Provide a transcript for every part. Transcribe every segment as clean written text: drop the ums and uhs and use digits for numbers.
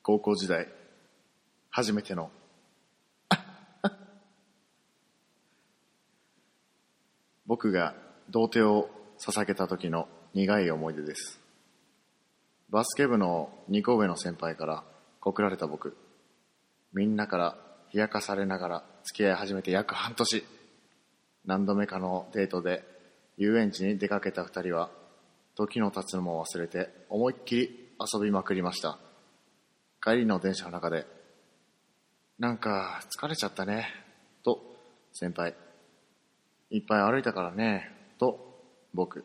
高校時代初めての僕が童貞を捧げた時の苦い思い出です。バスケ部の2個上の先輩から告られた僕、みんなから冷やかされながら付き合い始めて約半年。何度目かのデートで遊園地に出かけた2人は時の経つのも忘れて思いっきり遊びまくりました。帰りの電車の中で、なんか疲れちゃったねと先輩、いっぱい歩いたからねと僕、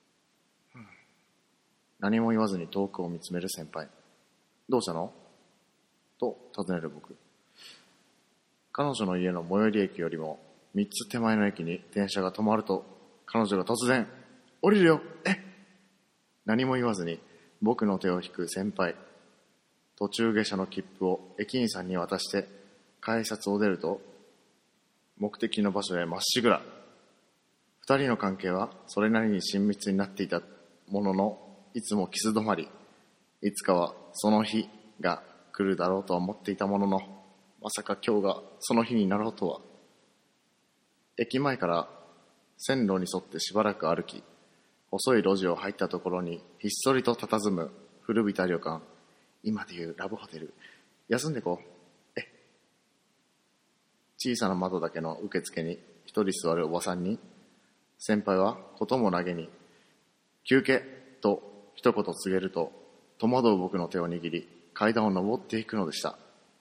何も言わずに遠くを見つめる先輩、どうしたのと尋ねる僕。彼女の家の最寄り駅よりも3つ手前の駅に電車が止まると、彼女が突然、降りるよ、何も言わずに僕の手を引く先輩。途中下車の切符を駅員さんに渡して改札を出ると、目的の場所へまっしぐら。二人の関係はそれなりに親密になっていたものの、いつもキス止まり。いつかはその日が来るだろうとは思っていたものの、まさか今日がその日になろうとは。駅前から線路に沿ってしばらく歩き、細い路地を入ったところにひっそりと佇む古びた旅館、今でいうラブホテル。休んでこう。小さな窓だけの受付に一人座るおばさんに、先輩はことも投げに、休憩と一言告げると、戸惑う僕の手を握り、階段を登っていくのでした。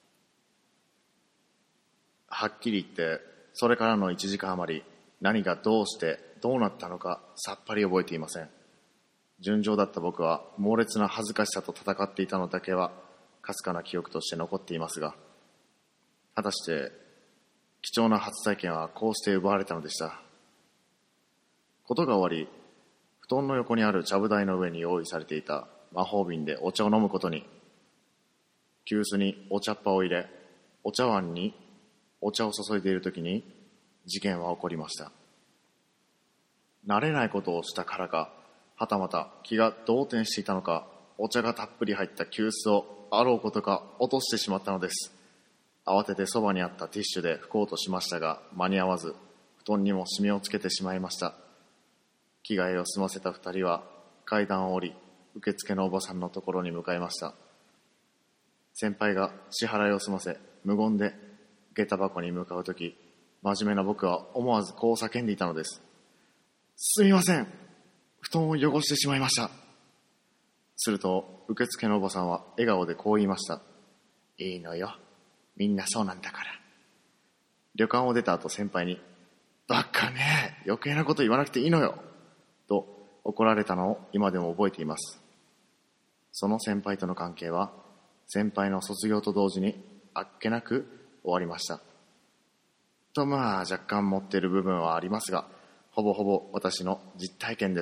はっきり言って、それからの1時間余り、何がどうしてどうなったのかさっぱり覚えていません。純情だった僕は猛烈な恥ずかしさと戦っていたのだけはかすかな記憶として残っていますが、果たして貴重な初体験はこうして奪われたのでした。ことが終わり、布団の横にあるちゃぶ台の上に用意されていた魔法瓶でお茶を飲むことに、急須にお茶っ葉を入れ、お茶碗にお茶を注いでいるときに事件は起こりました。慣れないことをしたからか、はたまた気が動転していたのか、お茶がたっぷり入った急須をあろうことか落としてしまったのです。慌ててそばにあったティッシュで拭こうとしましたが、間に合わず、布団にもシミをつけてしまいました。着替えを済ませた二人は階段を降り、受付のおばさんのところに向かいました。先輩が支払いを済ませ、無言で下駄箱に向かうとき、真面目な僕は思わずこう叫んでいたのです。すみません、布団を汚してしまいました。すると受付のおばさんは笑顔でこう言いました。いいのよ、みんなそうなんだから。旅館を出た後、先輩に、バカね、余計なこと言わなくていいのよと怒られたのを今でも覚えています。その先輩との関係は先輩の卒業と同時にあっけなく終わりました。と、まあ若干持っている部分はありますが、ほぼほぼ私の実体験です。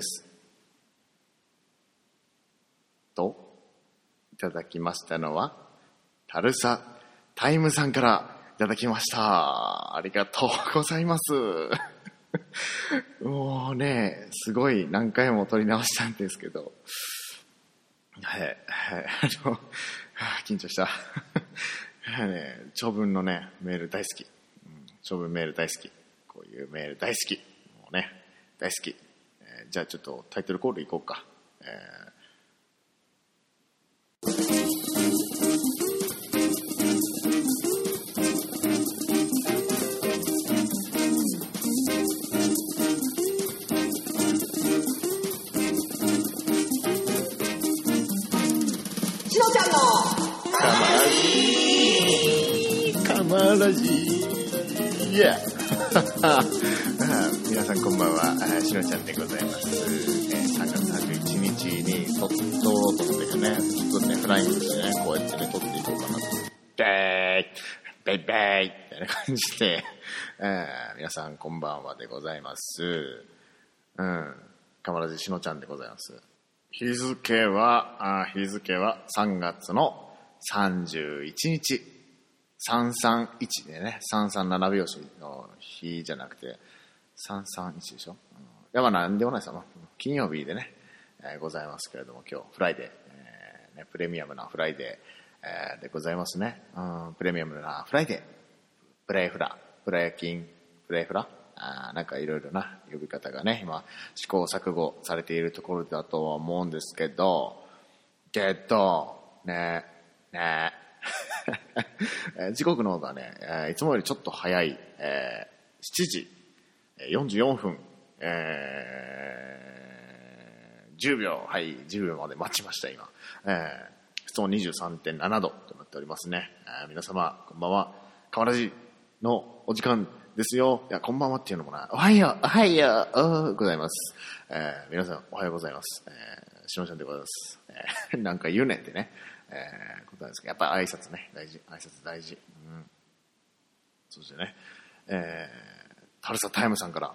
といただきましたのは、タルサタイムさんからいただきました。ありがとうございます。もうね、すごい何回も撮り直したんですけど、緊張した。長文のね、メール大好き。長文メール大好き。こういうメール大好き。もうね、大好き。じゃあちょっとタイトルコールいこうか。 しのちゃんのカマラジイエー皆さんこんばんは、しのちゃんでございます。3月31日に撮ろうと思ったけどね、ちょっとね、フライングしてね、こうやってね、撮っていこうかなと。ベイみたいな感じで、皆さんこんばんはでございます。カマラジしのちゃんでございます。日付は3月の31日。331でね、337拍子の日じゃなくて、331でしょ。いや、まあなんでもないですよ。金曜日でね、ございますけれども、今日、フライデー、プレミアムなフライデでございますね。プレミアムなフライデー、プレイフラ、プレイキン、プレイフラ、なんかいろいろな呼び方がね、今試行錯誤されているところだとは思うんですけど、ね時刻の方がね、いつもよりちょっと早い、7時44分、10秒、はい、10秒まで待ちました、今。室温 23.7 度となっておりますね。皆様、こんばんは。河原寺のお時間ですよ。いや、こんばんはっていうのもな、おはようございます。皆さん、おはようございます。しのちゃんでございます。なんか言うねんってね、ことなんですけど、やっぱり挨拶ね、大事。挨拶大事。そしてね、タルサタイムさんから、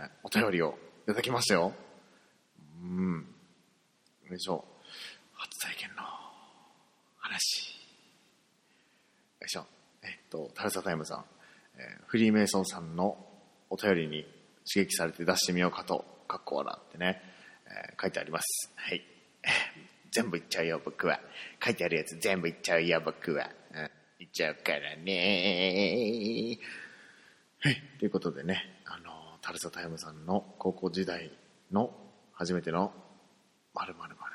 お便りをいただきましたよ。よいしょ。初体験の話。よいしょ。タルサタイムさん、フリーメイソンさんのお便りに刺激されて出してみようかと、かっこ笑ってね、書いてあります。はい。全部言っちゃうよ、僕は。書いてあるやつ全部言っちゃうよ、僕は。言っちゃうからね。はい。ということでね、タルサタイムさんの高校時代の初めての〇〇〇。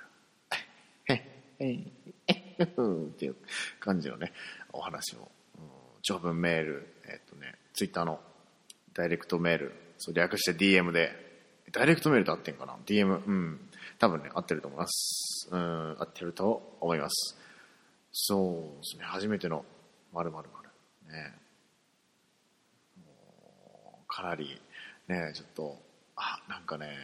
っていう感じのね、お話を、長文メール、ツイッターのダイレクトメール、そう略して DM で、ダイレクトメールで合ってんかな ?DM、多分ね、合ってると思います。合ってると思います。そうですね、初めての〇〇〇。ね。もうかなり、ね、ちょっと、なんかね、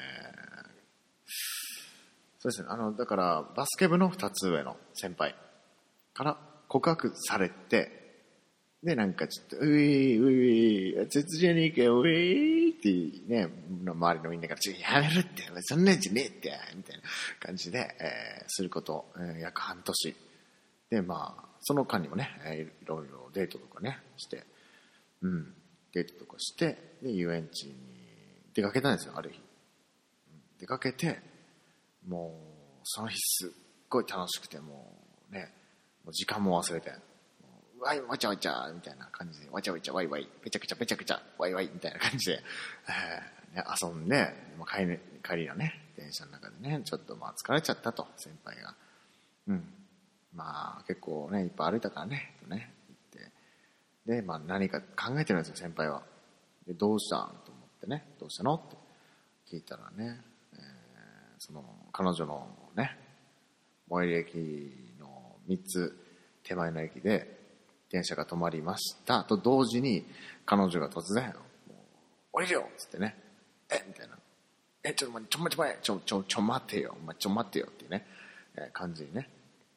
そうですね、だから、バスケ部の2つ上の先輩から告白されて、で、なんかちょっと、絶じゃねえかよ、ってね、周りのみんなから、やめるって、そんなんじゃねえって、みたいな感じで、すること、約半年。で、まあ、その間にもね、いろいろデートとかね、して、デートとかして、で、遊園地に出かけたんですよ、ある日。出かけて、もう、その日すっごい楽しくて、もうね、もう時間も忘れて、わちゃわちゃみたいな感じで、わちゃわちゃわいわい、ぺちゃくちゃぺちゃくちゃわいわいみたいな感じで、遊んで、帰りのね、電車の中でね、ちょっとまあ疲れちゃったと、先輩が。まあ結構ね、いっぱい歩いたからね、とね、言って。で、まあ何か考えてるんですよ、先輩は。で、どうしたんと思ってね、どうしたのって聞いたらね、その彼女のね、最寄り駅の3つ手前の駅で電車が止まりましたと同時に彼女が突然降りるよっつってね、みたいな、ちょ待ってよっていうね、感じにね、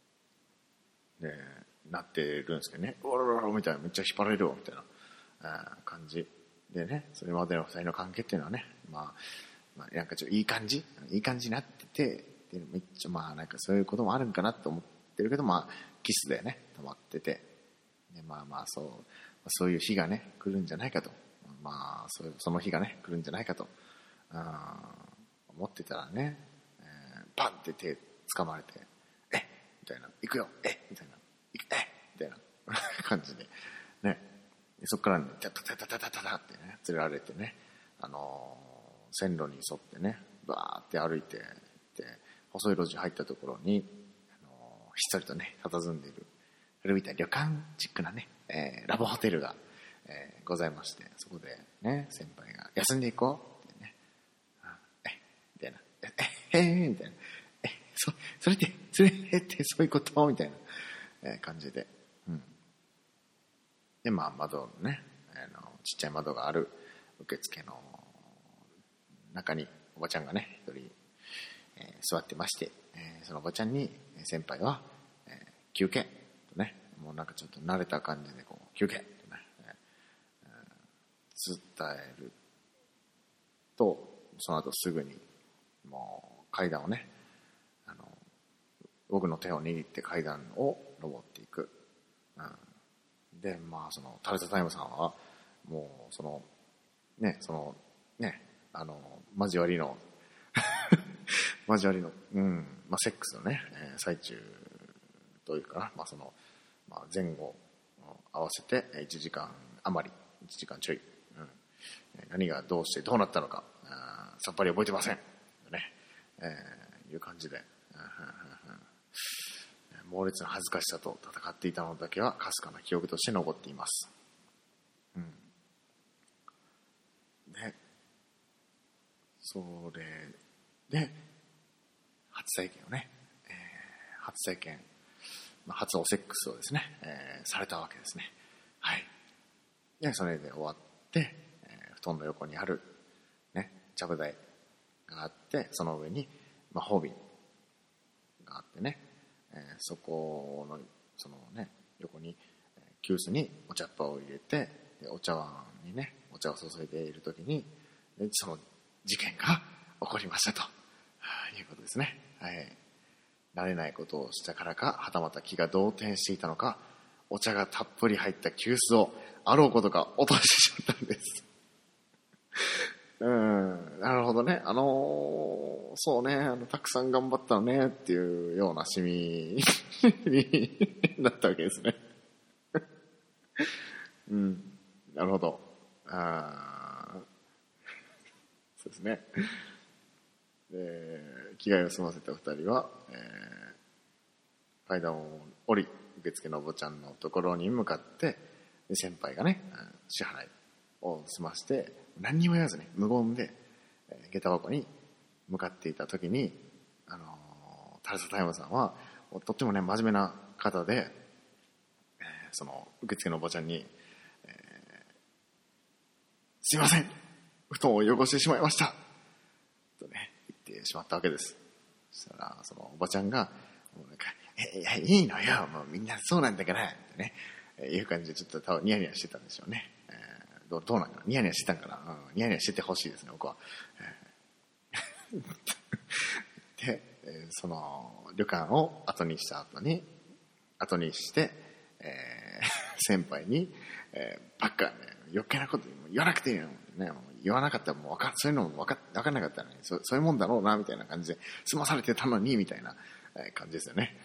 なってるんですけどね、おろろみたいな、めっちゃ引っ張られるわみたいな、感じでね、それまでの2人の関係っていうのはね、まあなんかちょっといい感じになってて、でめっちゃまあなんかそういうこともあるんかなと思ってるけど、まあキスでね止まってて、でまあそういう日がね来るんじゃないかと、まあその日がね来るんじゃないかと思ってたらね、パンって手掴まれて、みたいな、行くよ、みたいな、みたいな感じでね、そっからねタタタタタタタってね連れられてね、線路に沿ってねバーって歩いて、細い路地入ったところに、ひっそりとね佇んでいる古びた旅館チックなね、ラブホテルが、ございまして、そこでね先輩が休んでいこうってね、みたいな、みたいな、それってそういうことみたいな、感じで、でまあ窓のね、ちっちゃい窓がある受付の中におばちゃんがね一人、座ってまして、そのおばちゃんに先輩は、休憩とね、もうなんかちょっと慣れた感じでこう休憩とね、伝えると、その後すぐにもう階段をね、僕の手を握って階段を登っていく、でまあそのタルタタイムさんはもうそのね交わりのセックスのね、最中どういうかな、前後合わせて1時間余り、1時間ちょい、何がどうしてどうなったのかさっぱり覚えてませんね、いう感じで、猛烈な恥ずかしさと戦っていたのだけはかすかな記憶として残っています。で、それで初体験をね、初おセックスをですね、されたわけですね。はい。で、それで終わって、布団の横にあるね、ちゃぶ台があって、その上に魔法瓶があってね、そこのそのね横に急須にお茶っ葉を入れて、でお茶碗にねお茶を注いでいるときに、その事件が起こりましたということですね。はい。慣れないことをしたからか、はたまた気が動転していたのか、お茶がたっぷり入った急須をあろうことか落としてしまったんです。なるほどね。そうね、たくさん頑張ったのねっていうようなシミになったわけですね。なるほど。そうですね。で、着替えを済ませた二人は、階段を降り、受付のおばちゃんのところに向かって、で先輩がね、支払いを済まして、何にも言わずね、無言で、下駄箱に向かっていたときに、タルサタイムさんは、とってもね、真面目な方で、その、受付のおばちゃんに、すいません、布団を汚してしまいましたとね、言ってしまったわけです。そしたら、そのおばちゃんが、もうなんか、いや、いいのよ、もうみんなそうなんだから、ってね、いう感じでちょっと多分ニヤニヤしてたんでしょうね。どうなんかな、ニヤニヤしてたんかな、ニヤニヤしててほしいですね、僕は。で、その旅館を後にして、先輩に、ばっかね、余計なこと言わなくていいのね、言わなかったらもうそういうのも分かんなかったらね、そういうもんだろうなみたいな感じで済まされてたのにみたいな感じですよね。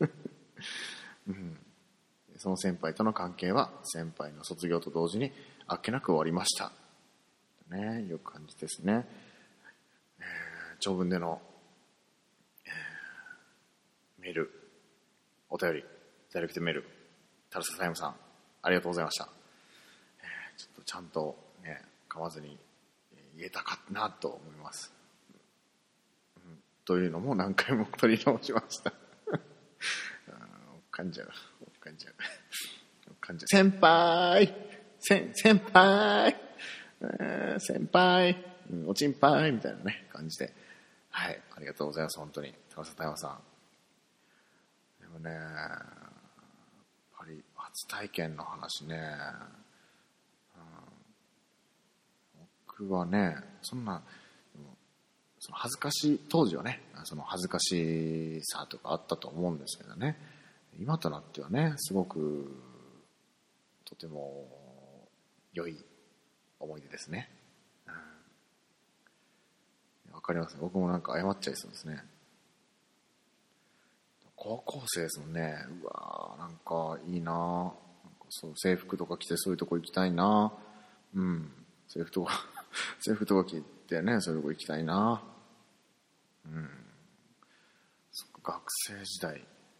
その先輩との関係は先輩の卒業と同時にあっけなく終わりましたね、いう感じですね。長文での、メール、お便り、ダイレクトメール、タルサタイムさん、ありがとうございました。ちょっとちゃんとね、噛まずに言えたかなと思います。というのも何回も取り直しました。噛んじゃう。先輩、おちんぱいみたいなね、感じで。はい、ありがとうございます、本当に。タルサタイムさん。でもね、やっぱり初体験の話ね、僕はね、その恥ずかしい、当時はね、その恥ずかしさとかあったと思うんですけどね、今となってはね、すごくとても良い思い出ですね。わかります。僕もなんか謝っちゃいそうですね。高校生ですもんね。うわー、なんかいいな、なんかそう、制服とか着てそういうとこ行きたいな。制服とか着てね、そういうとこ行きたいな。学生時代、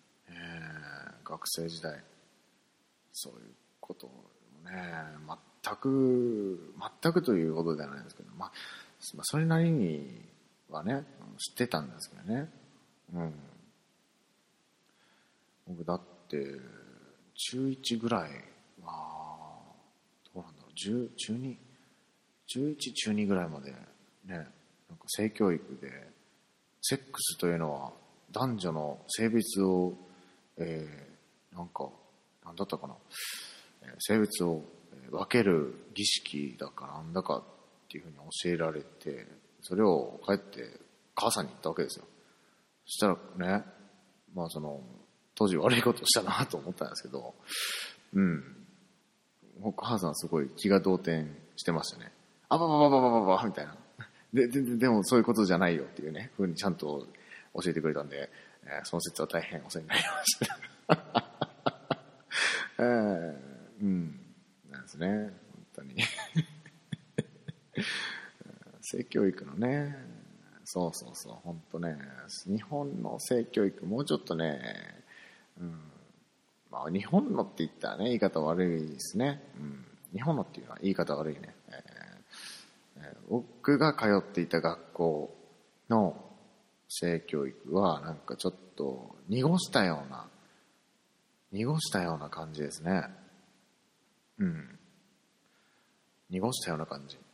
そういうこともね、全くというほどではないですけど、それなりにはね、知ってたんですけどね。僕だって中1ぐらいはどうなんだろう、中2中2ぐらいまでね、なんか性教育でセックスというのは男女の性別を、なんだったかな、性別を分ける儀式だかなんだかっていうふうに教えられて、それを帰って母さんに言ったわけですよ。そしたらね、当時悪いことをしたなと思ったんですけど、母さんはすごい気が動転してましたね。あばばばばばばばみたいな。でもそういうことじゃないよっていうね、ふうにちゃんと教えてくれたんで、その説は大変お世話になりました。 なんですね、本当に。性教育のね、そうそうそう、本当ね、日本の性教育もうちょっとね、まあ日本のって言ったらね、言い方悪いですね。日本のっていうのは言い方悪いね。僕が通っていた学校の性教育はなんかちょっと濁したような感じですね。濁したような感じ。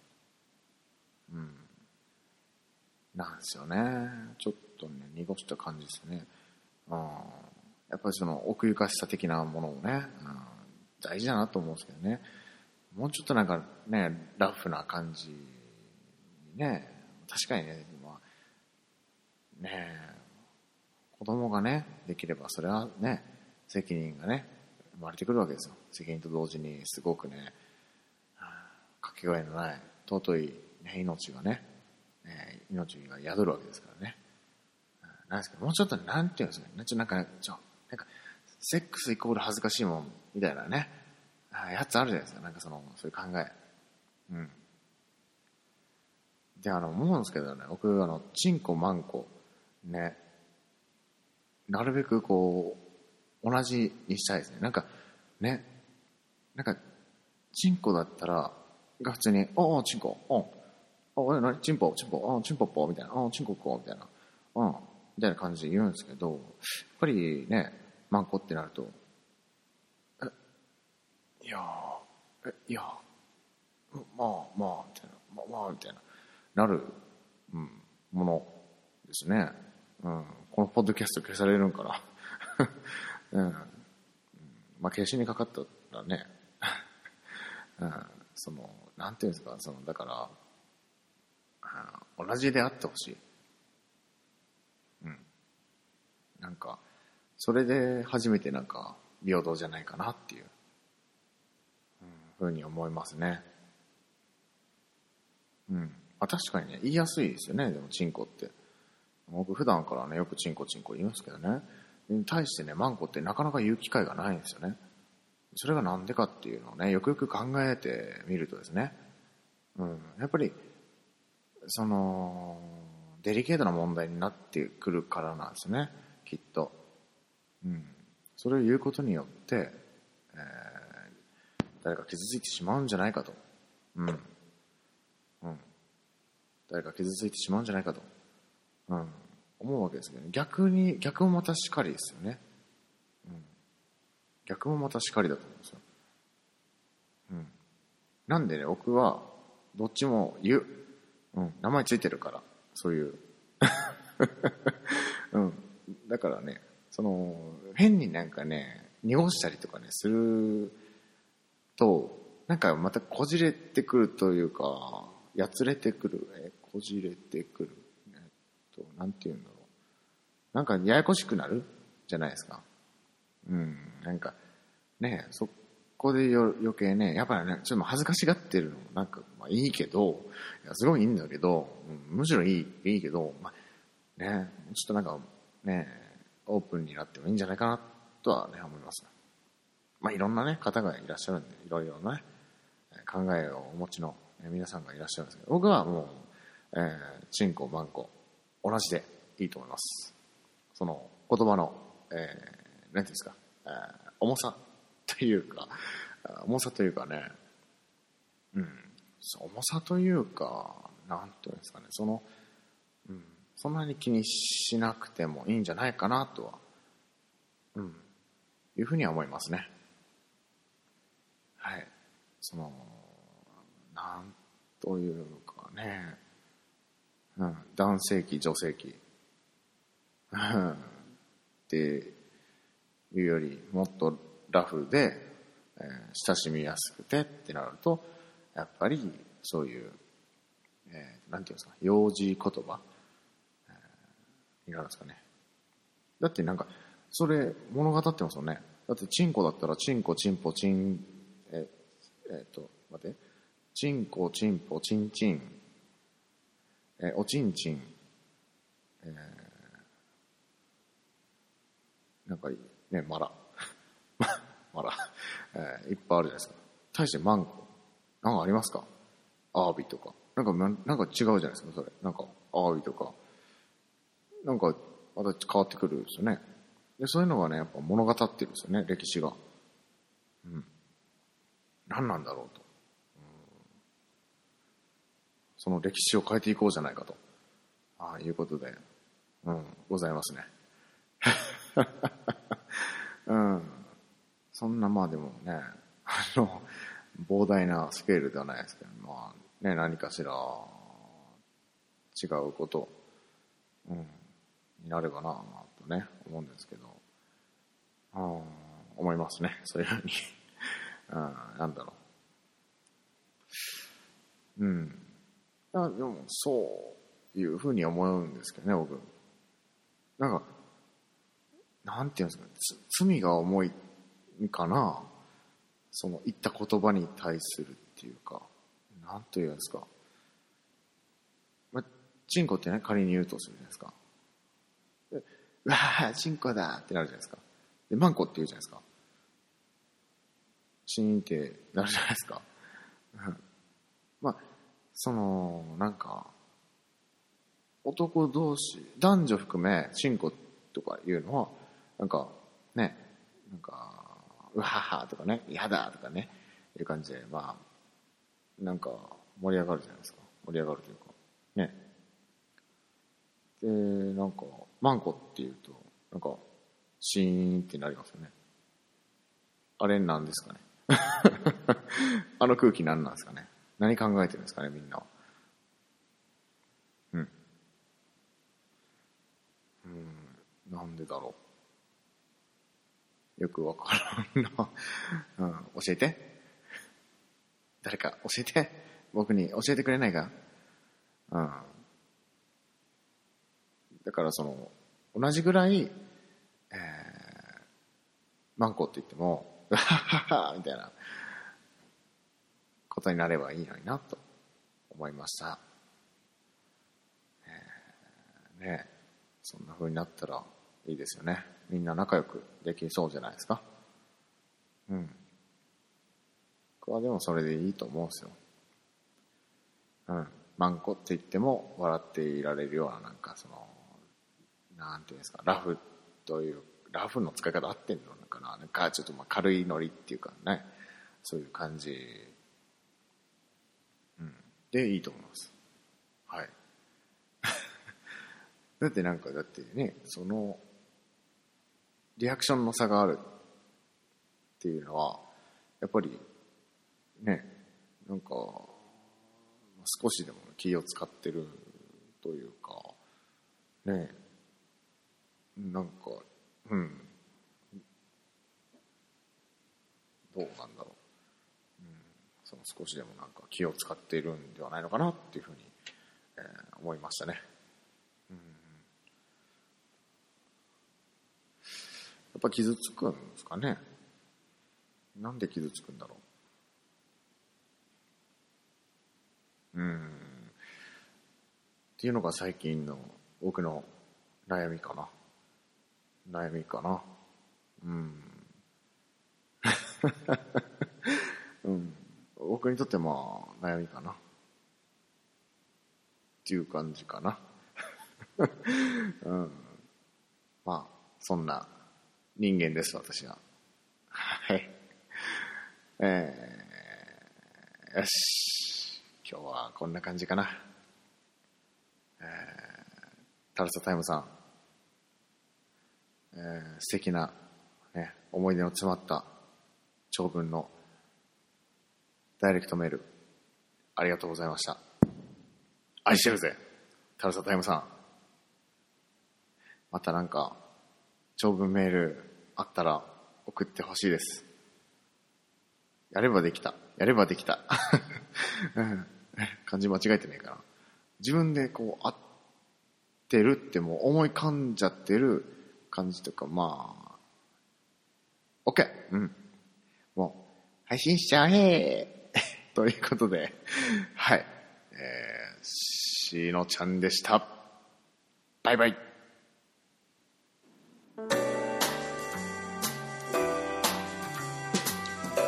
なんですよね。ちょっとね、濁した感じですね。やっぱりその奥ゆかしさ的なものをね、大事だなと思うんですけどね。もうちょっとなんかね、ラフな感じにね、確かにね、子供がね、できればそれはね、責任がね、生まれてくるわけですよ。責任と同時にすごくね、かけがえのない尊い、ね、命がね、命が宿るわけですからね。なんですけど、もうちょっとね、なんていうんですかね、なんか、セックスイコール恥ずかしいもんみたいなね、やつあるじゃないですか、なんかそういう考え。で、思うんですけどね、僕、チンコ、マンコ、ね、なるべくこう、同じにしたいですね。なんか、ね、なんか、チンコだったら、が普通に、チンコ、何チンポ、チンポ、チンポッポ、みたいな、チンコッコ、みたいな、みたいな感じで言うんですけど、やっぱりね、マンコってなると、いや、まあ、みたいな、みたいなる、ものですね。このポッドキャスト消されるんかな。まあ、消しにかかったらね、なんていうんですか、だから、同じであってほしい。なんか、それで初めてなんか、平等じゃないかなっていう、ふうに思いますね。確かにね、言いやすいですよね、でも、チンコって。僕普段からね、よくチンコチンコ言いますけどね。に対してね、マンコってなかなか言う機会がないんですよね。それがなんでかっていうのをね、よくよく考えてみるとですね、やっぱり、デリケートな問題になってくるからなんですね、きっと。それを言うことによって、誰か傷ついてしまうんじゃないかと。誰か傷ついてしまうんじゃないかと。思うわけですけどね。逆もまたしかりですよね。逆もまたしかりだと思うんですよ。なんでね、僕は、どっちも言う。名前ついてるから、そういう。だからね、変になんかね、濁したりとかね、すると、なんかまたこじれてくるというか、やつれてくる、こじれてくる。なんて言うんだろう。なんかややこしくなるじゃないですか。なんか、ね、そこで余計ね、やっぱりね、ちょっと恥ずかしがってるのもなんか、まあいいけど、いやすごいいいんだけど、むしろいいけど、まあ、ね、ちょっとなんかね、オープンになってもいいんじゃないかなとはね、思います。まあいろんなね、方がいらっしゃるんで、いろいろなね、考えをお持ちの皆さんがいらっしゃるんですけど、僕はもう、チンコ、マンコ、同じでいいと思います。その言葉の、なんていうんですか、重さというか、ね、重さというか、なんていうんですかね、そんなに気にしなくてもいいんじゃないかなとは、いうふうには思いますね。はい。なんというかね、男性器、女性器、っていうより、もっとラフで、親しみやすくてってなると、やっぱりそういう、なんていうんですか、幼児言葉、になるんですかね。だってなんか、それ物語ってますよね。だってチンコだったらチンコ、チンポ、チン、待って。チンコ、チンポ、チンチン、おちんちん、なんかね、マラ。 まだ、いっぱいあるじゃないですか。対してマンコなんかありますか？アワビとかなんか違うじゃないですか。それなんかアワビとかなんかまた変わってくるんですよね。でそういうのがねやっぱ物語ってるんですよね、歴史が。何なんだろうと、その歴史を変えていこうじゃないかということで、ございますね。そんなまあでもね膨大なスケールではないですけど、まあね何かしら違うこと、になればなとね思うんですけど、思いますね、そういうふうに。なんだろう。でもそういうふうに思うんですけどね、僕。なんかなんていうんですか、罪が重いかな、その言った言葉に対するっていうか、なんというんですか、チンコってね仮に言うとするじゃないですか。でうわーチンコだってなるじゃないですか。でマンコって言うじゃないですか。チーンってなるじゃないですか。まあそのなんか男同士男女含めチンコとかいうのはなんかね、なんかうははとかね、嫌だとかねいう感じで、まあなんか盛り上がるじゃないですか。盛り上がるというかね。でなんかマンコっていうとなんかシーンってなりますよね。あれなんですかね。あの空気なんなんですかね。何考えてるんですかね、みんなは。なんでだろう。よくわからんな。教えて。誰か教えて。僕に教えてくれないか。だからその同じぐらい、マンコって言ってもはははみたいなことになればいいのになと思いました。ねえ、そんな風になったらいいですよね。みんな仲良くできそうじゃないですか。僕はでもそれでいいと思うんですよ。マンコって言っても笑っていられるような、なんかそのなんていうんですか、ラフというラフの使い方合ってんのかな、なんかちょっとまあ軽いノリっていうかね、そういう感じ、でいいと思います。はい。だってなんかだってね、そのリアクションの差があるっていうのはやっぱりね、なんか少しでも気を使ってるというかね、なんかどうなんだろう、その少しでもなんか気を使っているんではないのかなっていうふうに、思いましたね。やっぱ傷つくんですかね。なんで傷つくんだろう。っていうのが最近の僕の悩みかな。悩みかな。僕にとってまあ悩みかな。っていう感じかな。まあそんな人間です私は。はい。よし。今日はこんな感じかな。タルサタイムさん、素敵な、ね、思い出の詰まった長文のダイレクトメールありがとうございました。愛してるぜタルサタイムさん。またなんか長文メールあったら送ってほしいです。やればできた漢字間違えてないかな。自分でこう合ってるってもう思い噛んじゃってる感じとか、まあ OK、もう配信しちゃえということで、はい、しのちゃんでした。バイバイ。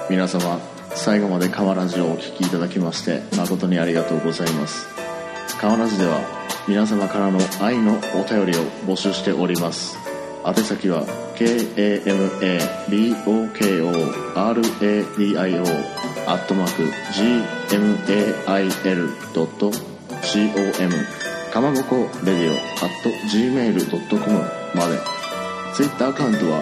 皆様最後までカマラジをお聞きいただきまして誠にありがとうございます。カマラジでは皆様からの愛のお便りを募集しております。宛先は KAMABOKO@gmail.com かまぼこレディオ @gmail.com まで。ツイッターアカウントは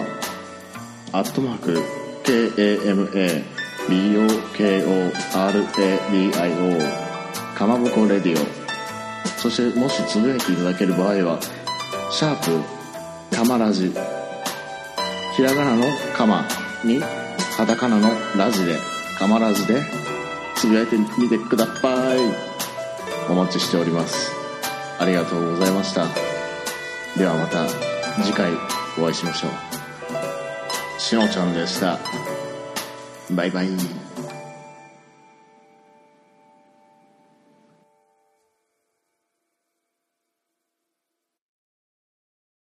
@KAMABOKORADIO かまぼこレディオ。そしてもしつぶやいていただける場合はシャープカマラジ、ひらがなのカマにカタカナのラジでカマラジでつぶやいてみてください。お待ちしております。ありがとうございました。ではまた次回お会いしましょう。しのちゃんでした。バイバイ。